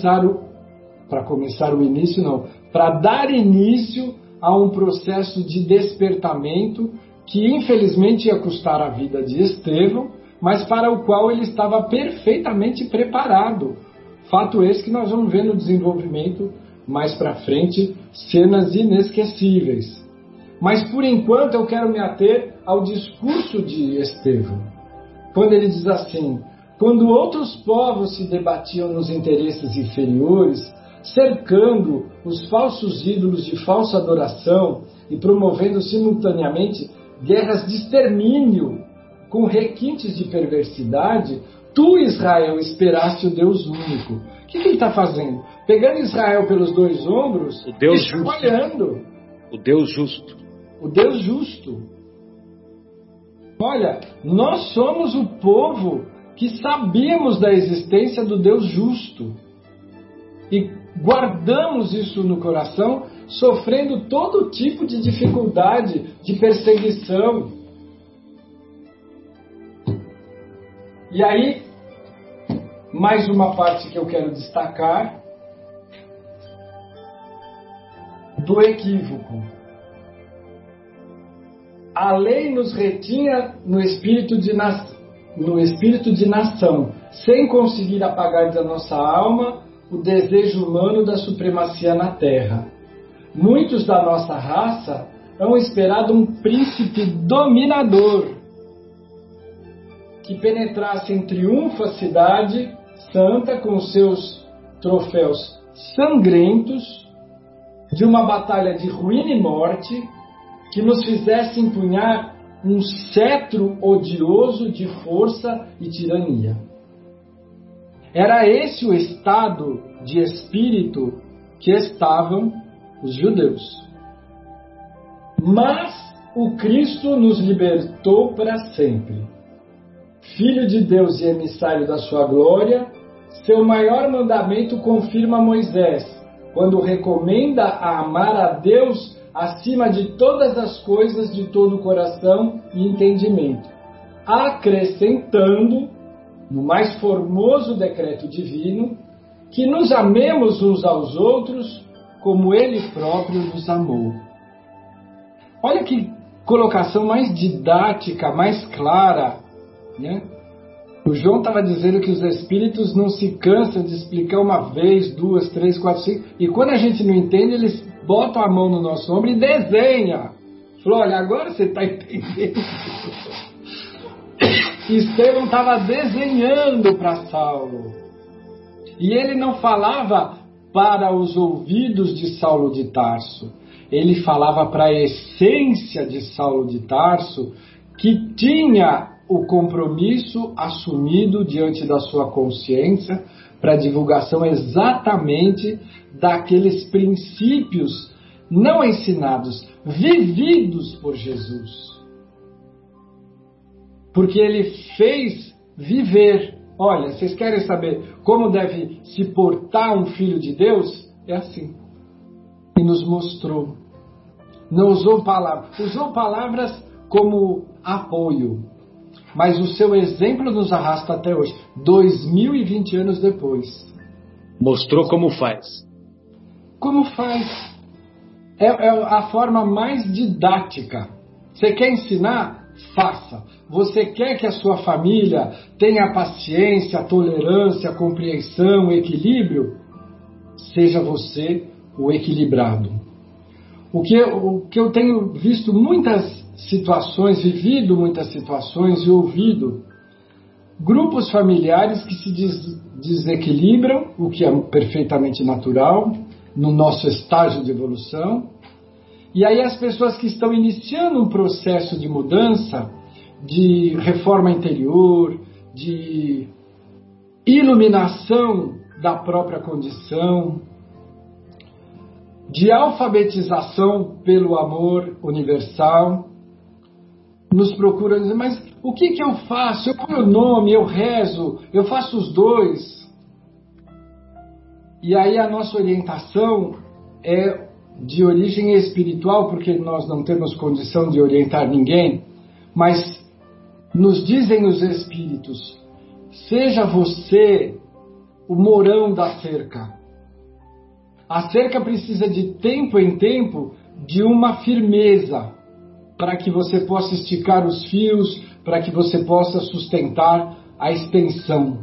S4: dar início a um processo de despertamento que infelizmente ia custar a vida de Estevão, mas para o qual ele estava perfeitamente preparado. Fato esse que nós vamos ver no desenvolvimento mais para frente, cenas inesquecíveis. Mas por enquanto eu quero me ater ao discurso de Estevão, quando ele diz assim: quando outros povos se debatiam nos interesses inferiores, cercando os falsos ídolos de falsa adoração e promovendo simultaneamente guerras de extermínio com requintes de perversidade, tu, Israel, esperaste o Deus único. O que ele está fazendo? Pegando Israel pelos dois ombros e chacoalhando.
S1: O Deus justo.
S4: O Deus justo. Olha, nós somos o povo que sabíamos da existência do Deus justo. E guardamos isso no coração, sofrendo todo tipo de dificuldade, de perseguição. E aí, mais uma parte que eu quero destacar do equívoco. A lei nos retinha no espírito de nação, sem conseguir apagar da nossa alma o desejo humano da supremacia na terra. Muitos da nossa raça hão esperado um príncipe dominador que penetrasse em triunfo a cidade santa com seus troféus sangrentos de uma batalha de ruína e morte, que nos fizesse empunhar um cetro odioso de força e tirania. Era esse o estado de espírito que estavam os judeus. Mas o Cristo nos libertou para sempre. Filho de Deus e emissário da sua glória, seu maior mandamento confirma Moisés, quando recomenda a amar a Deus acima de todas as coisas, de todo o coração e entendimento, acrescentando, no mais formoso decreto divino, que nos amemos uns aos outros como Ele próprio nos amou. Olha que colocação mais didática, mais clara, né? O João estava dizendo que os espíritos não se cansam de explicar uma vez, duas, três, quatro, cinco, e quando a gente não entende, eles botam a mão no nosso ombro e desenha. Falou, olha, agora você está entendendo. Estevão estava desenhando para Saulo. E ele não falava para os ouvidos de Saulo de Tarso. Ele falava para a essência de Saulo de Tarso, que tinha o compromisso assumido diante da sua consciência para a divulgação exatamente daqueles princípios não ensinados, vividos por Jesus. Porque ele fez viver. Olha, vocês querem saber como deve se portar um filho de Deus? É assim. E nos mostrou. Não usou palavras. Usou palavras como apoio. Mas o seu exemplo nos arrasta até hoje. 2020 anos depois.
S1: Mostrou como faz.
S4: Como faz? É a forma mais didática. Você quer ensinar? Faça. Você quer que a sua família tenha paciência, tolerância, compreensão, equilíbrio? Seja você o equilibrado. O que eu tenho visto muitas situações, vivido muitas situações e ouvido grupos familiares que se desequilibram, o que é perfeitamente natural no nosso estágio de evolução. E aí as pessoas que estão iniciando um processo de mudança, de reforma interior, de iluminação da própria condição, de alfabetização pelo amor universal, nos procuram dizer, mas o que eu faço? Eu ponho o nome, eu rezo, eu faço os dois. E aí a nossa orientação é de origem espiritual, porque nós não temos condição de orientar ninguém, mas nos dizem os espíritos, seja você o morão da cerca. A cerca precisa de tempo em tempo de uma firmeza, para que você possa esticar os fios, para que você possa sustentar a extensão.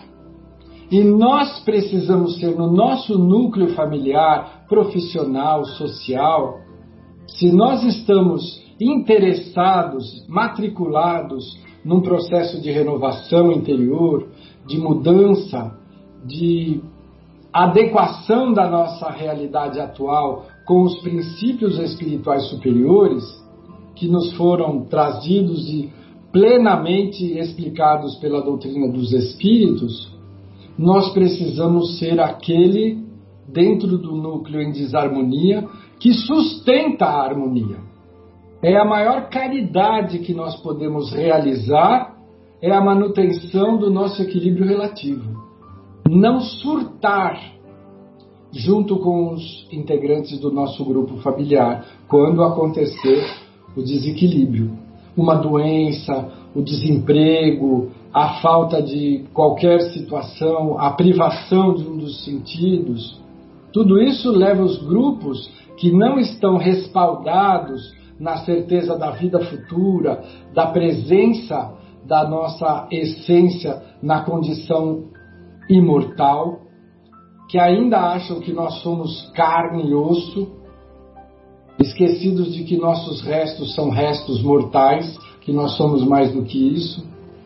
S4: E nós precisamos ser, no nosso núcleo familiar, profissional, social, se nós estamos interessados, matriculados num processo de renovação interior, de mudança, de adequação da nossa realidade atual com os princípios espirituais superiores, que nos foram trazidos e plenamente explicados pela doutrina dos espíritos, nós precisamos ser aquele, dentro do núcleo em desarmonia, que sustenta a harmonia. É a maior caridade que nós podemos realizar, é a manutenção do nosso equilíbrio relativo. Não surtar junto com os integrantes do nosso grupo familiar, quando acontecer o desequilíbrio. Uma doença, o desemprego, a falta de qualquer situação, a privação de um dos sentidos. Tudo isso leva os grupos que não estão respaldados na certeza da vida futura, da presença da nossa essência na condição imortal, que ainda acham que nós somos carne e osso, esquecidos de que nossos restos são restos mortais, que nós somos mais do que isso,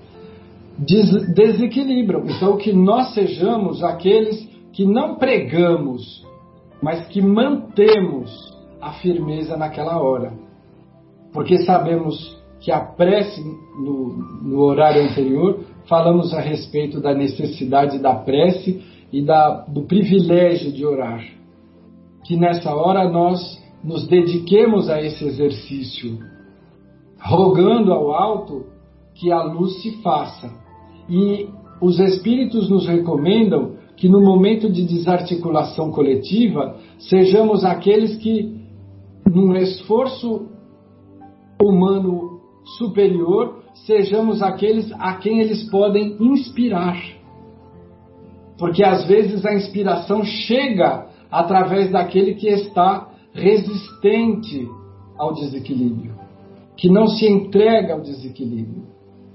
S4: desequilibram. Então, que nós sejamos aqueles que não pregamos, mas que mantemos a firmeza naquela hora. Porque sabemos que a prece, no horário anterior, falamos a respeito da necessidade da prece e do privilégio de orar. Que nessa hora nós nos dediquemos a esse exercício, rogando ao alto que a luz se faça. E os espíritos nos recomendam que no momento de desarticulação coletiva, sejamos aqueles que, num esforço humano superior, sejamos aqueles a quem eles podem inspirar. Porque às vezes a inspiração chega através daquele que está resistente ao desequilíbrio, que não se entrega ao desequilíbrio.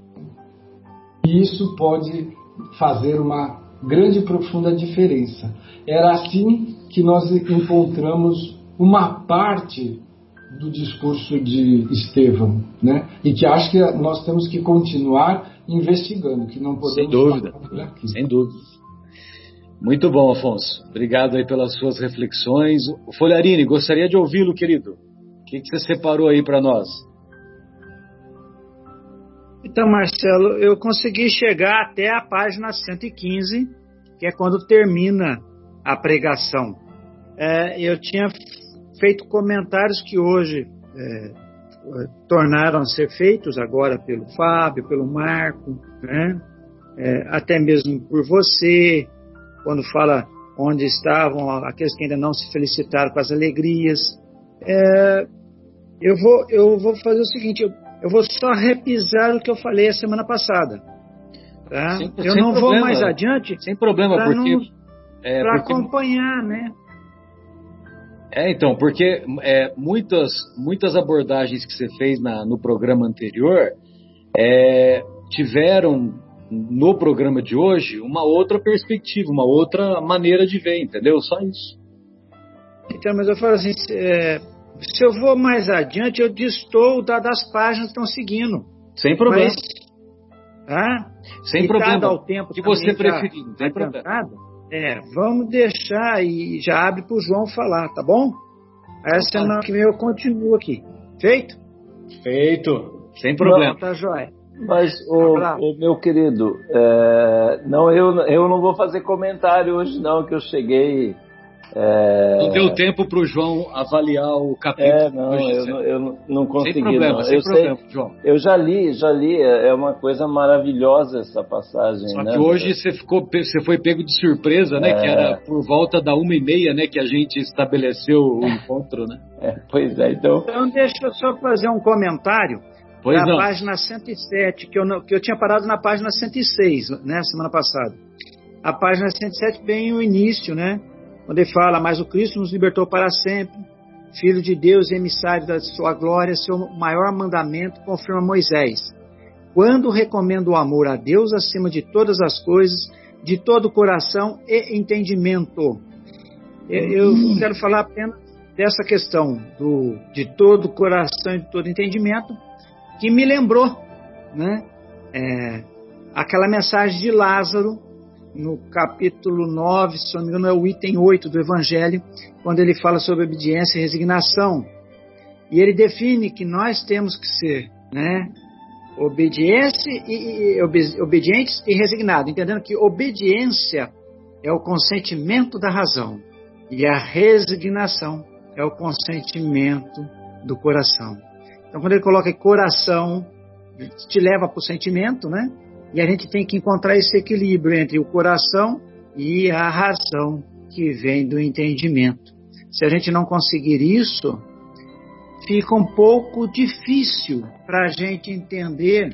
S4: E isso pode fazer uma grande e profunda diferença. Era assim que nós encontramos uma parte do discurso de Estevão, né? E que acho que nós temos que continuar investigando, que não podemos...
S1: Sem dúvida, sem dúvida. Muito bom, Afonso. Obrigado aí pelas suas reflexões. Folharini, gostaria de ouvi-lo, querido. O que você separou aí para nós?
S5: Então, Marcelo, eu consegui chegar até a página 115, que é quando termina a pregação. Eu tinha feito comentários que hoje tornaram a ser feitos agora pelo Fábio, pelo Marco, né? Até mesmo por você, quando fala onde estavam aqueles que ainda não se felicitaram com as alegrias. Eu vou fazer o seguinte, eu vou só repisar o que eu falei a semana passada. Tá? Eu não vou mais adiante.
S1: Sem problema, porque...
S5: Para acompanhar, né?
S1: Então, porque muitas abordagens que você fez no programa anterior tiveram no programa de hoje uma outra perspectiva, uma outra maneira de ver, entendeu? Só isso.
S5: Então, mas eu falo assim, se eu vou mais adiante, eu destoo das páginas que estão seguindo.
S1: Sem problema.
S5: Sem problema. Ao tempo
S1: que você preferir, não tem problema.
S5: Vamos deixar e já abre para o João falar, tá bom? Aí semana que vem eu continuo aqui. Feito?
S1: Feito. Sem problema.
S5: Tá joia.
S6: Mas, meu querido, eu não vou fazer comentário hoje não, que eu cheguei...
S1: Não deu tempo para o João avaliar o capítulo.
S6: Eu não consegui.
S1: Sem problema,
S6: não.
S1: Problema, João.
S6: Eu já li, é uma coisa maravilhosa essa passagem.
S1: Só que hoje você foi pego de surpresa, né? Que era por volta da 1h30, né? Que a gente estabeleceu o encontro, né?
S6: Pois é, então
S5: deixa eu só fazer um comentário da página 107, que eu tinha parado na página 106, né? Semana passada. A página 107 bem o início, né? Quando ele fala, mas o Cristo nos libertou para sempre, Filho de Deus, emissário da sua glória, seu maior mandamento confirma Moisés. Quando recomenda o amor a Deus acima de todas as coisas, de todo o coração e entendimento. Eu quero falar apenas dessa questão de todo o coração e de todo entendimento, que me lembrou, né? Aquela mensagem de Lázaro, no capítulo 9, se não me engano é o item 8 do Evangelho, quando ele fala sobre obediência e resignação. E ele define que nós temos que ser, né, obedientes e resignados, entendendo que obediência é o consentimento da razão e a resignação é o consentimento do coração. Então, quando ele coloca coração, te leva para o sentimento, né? E a gente tem que encontrar esse equilíbrio entre o coração e a razão que vem do entendimento. Se a gente não conseguir isso, fica um pouco difícil para a gente entender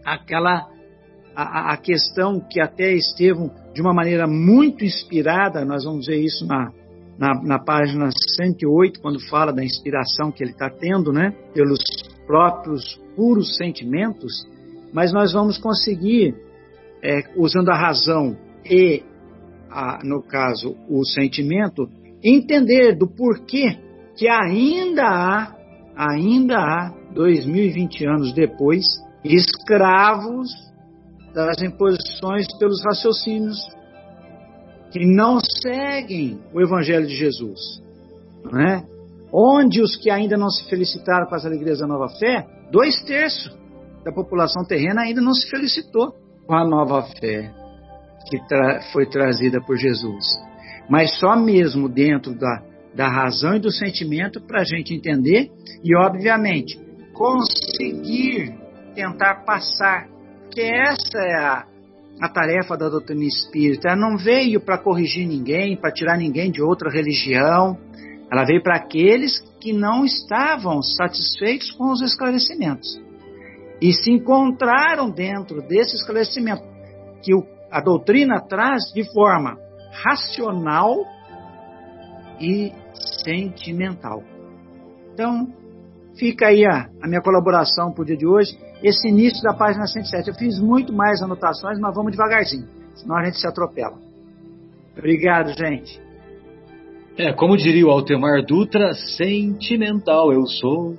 S5: a questão que até Estevão, de uma maneira muito inspirada, nós vamos ver isso na página 108, quando fala da inspiração que ele está tendo, né, pelos próprios puros sentimentos, mas nós vamos conseguir, usando a razão e, no caso, o sentimento, entender do porquê que ainda há 2020 anos depois, escravos das imposições pelos raciocínios que não seguem o Evangelho de Jesus, né? Onde os que ainda não se felicitaram com as alegrias da nova fé, 2/3 da população terrena ainda não se felicitou com a nova fé que foi trazida por Jesus. Mas só mesmo dentro da razão e do sentimento para a gente entender e, obviamente, conseguir tentar passar, que essa é a tarefa da doutrina espírita. Ela não veio para corrigir ninguém, para tirar ninguém de outra religião. Ela veio para aqueles que não estavam satisfeitos com os esclarecimentos e se encontraram dentro desse esclarecimento que a doutrina traz de forma racional e sentimental. Então, fica aí a minha colaboração para o dia de hoje, esse início da página 107. Eu fiz muito mais anotações, mas vamos devagarzinho, senão a gente se atropela. Obrigado, gente.
S1: Como diria o Altemar Dutra, sentimental eu sou.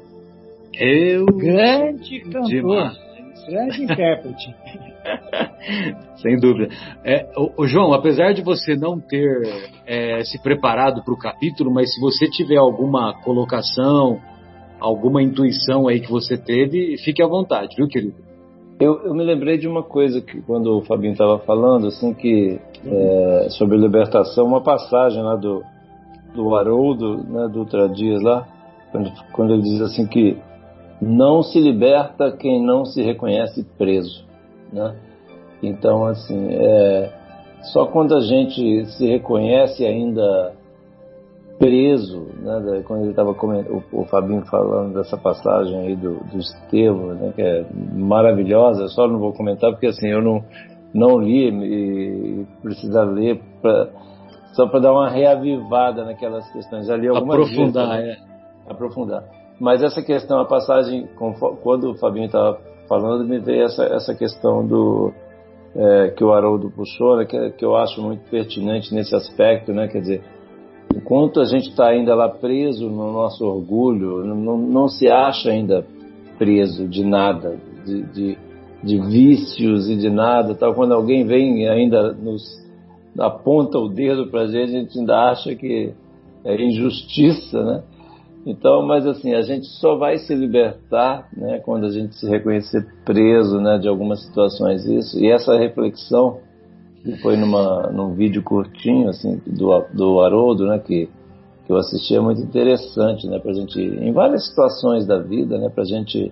S5: Grande cantor, grande intérprete.
S1: Sem dúvida. João, apesar de você não ter se preparado para o capítulo, mas se você tiver alguma colocação, alguma intuição aí que você teve, fique à vontade, viu, querido?
S6: Eu me lembrei de uma coisa que quando o Fabinho estava falando, assim, que sobre libertação, uma passagem lá do Haroldo, né, do Ultra Dias lá, quando ele diz assim que não se liberta quem não se reconhece preso, né? Então, assim, só quando a gente se reconhece ainda preso, né, quando ele estava o Fabinho falando dessa passagem aí do Estevão, né, que é maravilhosa, só não vou comentar porque assim, eu não li e precisa ler só para dar uma reavivada naquelas questões. Já li algumas
S1: aprofundar,
S6: vezes, aprofundar. Mas essa questão, a passagem, quando o Fabinho estava falando, me veio essa questão que o Haroldo puxou, né, que eu acho muito pertinente nesse aspecto, né, quer dizer, enquanto a gente está ainda lá preso no nosso orgulho, não se acha ainda preso de nada, de vícios e de nada, tal. Quando alguém vem ainda aponta o dedo para a gente ainda acha que é injustiça, né? Então, mas assim, a gente só vai se libertar, né, quando a gente se reconhecer preso, né, de algumas situações, isso. E essa reflexão que foi num vídeo curtinho, assim, do Haroldo, né, que eu assisti, é muito interessante, né, pra gente, em várias situações da vida, né, pra gente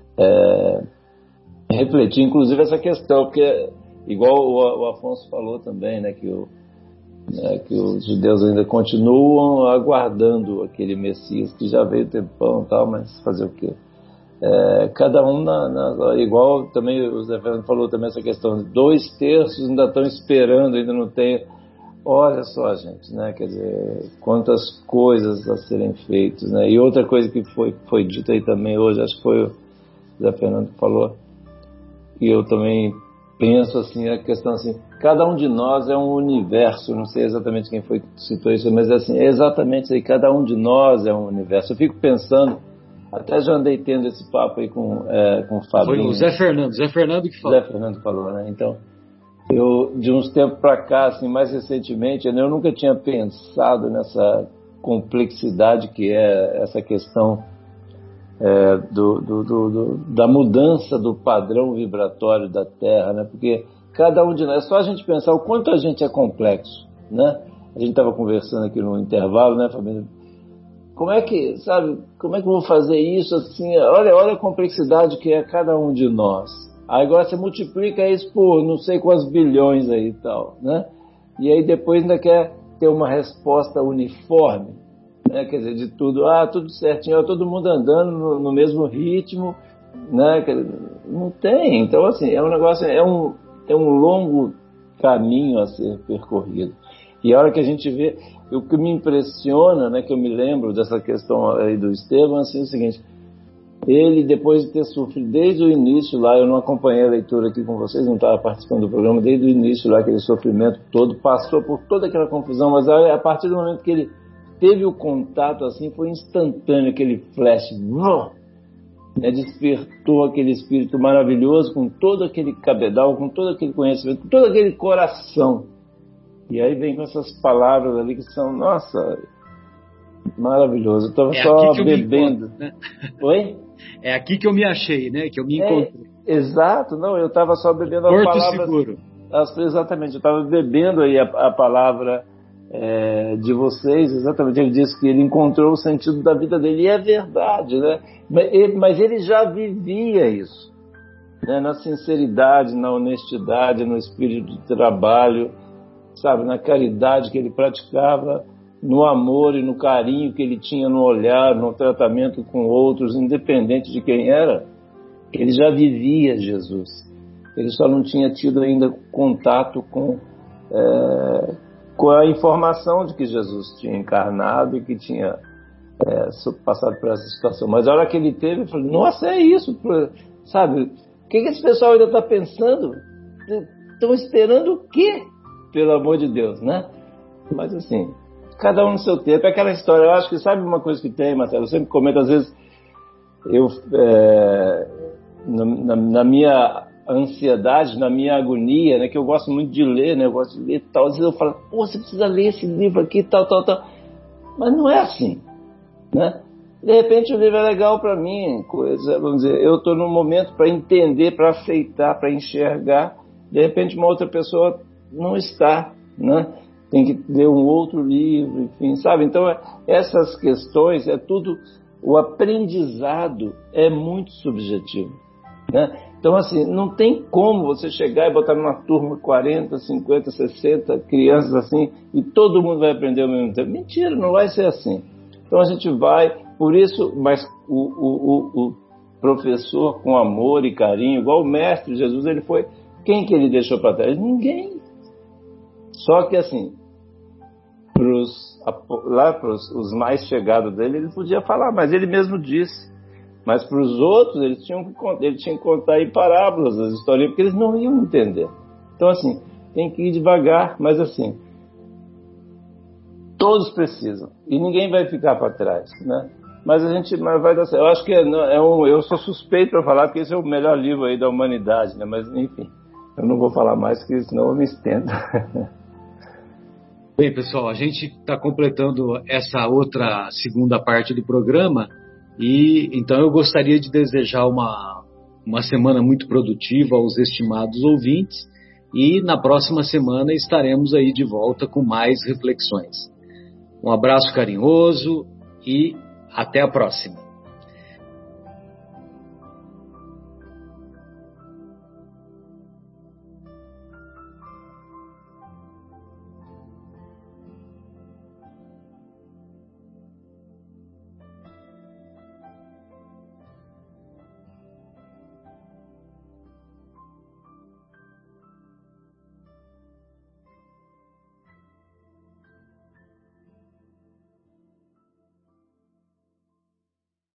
S6: refletir, inclusive, essa questão, porque, igual o Afonso falou também, né, que os judeus ainda continuam aguardando aquele Messias que já veio tempão e tal, mas fazer o quê? Cada um igual também o Zé Fernando falou também essa questão, 2/3 ainda estão esperando, ainda não tem. Olha só, gente, né? Quer dizer, quantas coisas a serem feitas, né? E outra coisa que foi dita aí também hoje, acho que foi o Zé Fernando que falou, e eu também penso assim, a questão assim, cada um de nós é um universo, não sei exatamente quem foi que citou isso, mas assim, é exatamente isso aí, cada um de nós é um universo. Eu fico pensando, até já andei tendo esse papo aí com o Fabinho.
S1: Foi o Zé Fernando que falou.
S6: Zé Fernando falou, né? Então, eu, de uns tempos para cá, assim, mais recentemente, eu nunca tinha pensado nessa complexidade que é essa questão da mudança do padrão vibratório da Terra, né? Porque cada um de nós, é só a gente pensar o quanto a gente é complexo, né? A gente estava conversando aqui no intervalo, né, Fabinho? Como é que eu vou fazer isso assim? Olha a complexidade que é cada um de nós. Aí agora você multiplica isso por não sei quantos bilhões aí e tal, né? E aí depois ainda quer ter uma resposta uniforme, né? Quer dizer, de tudo, tudo certinho, todo mundo andando no mesmo ritmo, né? Não tem. Então, assim, é um negócio, é um longo caminho a ser percorrido. E a hora que a gente vê, o que me impressiona, né, que eu me lembro dessa questão aí do Estevão, assim, é o seguinte, ele, depois de ter sofrido desde o início lá, eu não acompanhei a leitura aqui com vocês, não estava participando do programa, desde o início lá, aquele sofrimento todo, passou por toda aquela confusão, mas a partir do momento que ele teve o contato, assim, foi instantâneo, aquele flash, né, despertou aquele espírito maravilhoso, com todo aquele cabedal, com todo aquele conhecimento, com todo aquele coração. E aí vem com essas palavras ali que são, nossa, maravilhoso. Eu estava só bebendo.
S1: Encontro, né?
S6: Oi?
S1: É aqui que eu me achei, né? Que eu me encontrei.
S6: Exato, não, eu estava só bebendo
S1: Porto
S6: as palavras.
S1: Seguro.
S6: Exatamente, eu estava bebendo aí a palavra de vocês, exatamente. Ele disse que ele encontrou o sentido da vida dele, e é verdade, né? Mas ele já vivia isso, né? Na sinceridade, na honestidade, no espírito de trabalho, sabe, na caridade que ele praticava, no amor e no carinho que ele tinha no olhar, no tratamento com outros, independente de quem era. Ele já vivia Jesus. Ele só não tinha tido ainda contato com a informação de que Jesus tinha encarnado e que tinha passado por essa situação. Mas a hora que ele teve, eu falei, nossa, é isso, sabe? O que esse pessoal ainda está pensando? Estão esperando o quê? Pelo amor de Deus, né? Mas assim, cada um no seu tempo. É aquela história, eu acho que sabe uma coisa que tem, Marcelo? Eu sempre comento, às vezes, na minha ansiedade, na minha agonia, né, que eu gosto muito de ler, né, eu gosto de ler tal, às vezes eu falo, você precisa ler esse livro aqui, tal. Mas não é assim, né? De repente o livro é legal para mim, vamos dizer, eu estou num momento para entender, para aceitar, para enxergar. De repente uma outra pessoa não está, né? Tem que ler um outro livro, enfim, sabe? Então essas questões, tudo, o aprendizado é muito subjetivo, né? Então assim, não tem como você chegar e botar numa turma 40, 50, 60 crianças assim, e todo mundo vai aprender ao mesmo tempo. Mentira, não vai ser assim. Então a gente vai, por isso, mas o professor com amor e carinho, igual o mestre Jesus, ele foi, quem que ele deixou para trás? Ninguém. Só que assim, para os mais chegados dele, ele podia falar, mas ele mesmo disse. Mas para os outros, ele tinha que contar em parábolas as historinhas, porque eles não iam entender. Então assim, tem que ir devagar, mas assim, todos precisam, e ninguém vai ficar para trás, né? Mas vai dar certo. Eu acho que eu sou suspeito para falar, porque esse é o melhor livro aí da humanidade, né? Mas enfim, eu não vou falar mais, porque senão eu me estendo.
S1: Bem, pessoal, a gente está completando essa outra segunda parte do programa, e então eu gostaria de desejar uma semana muito produtiva aos estimados ouvintes, e na próxima semana estaremos aí de volta com mais reflexões. Um abraço carinhoso e até a próxima.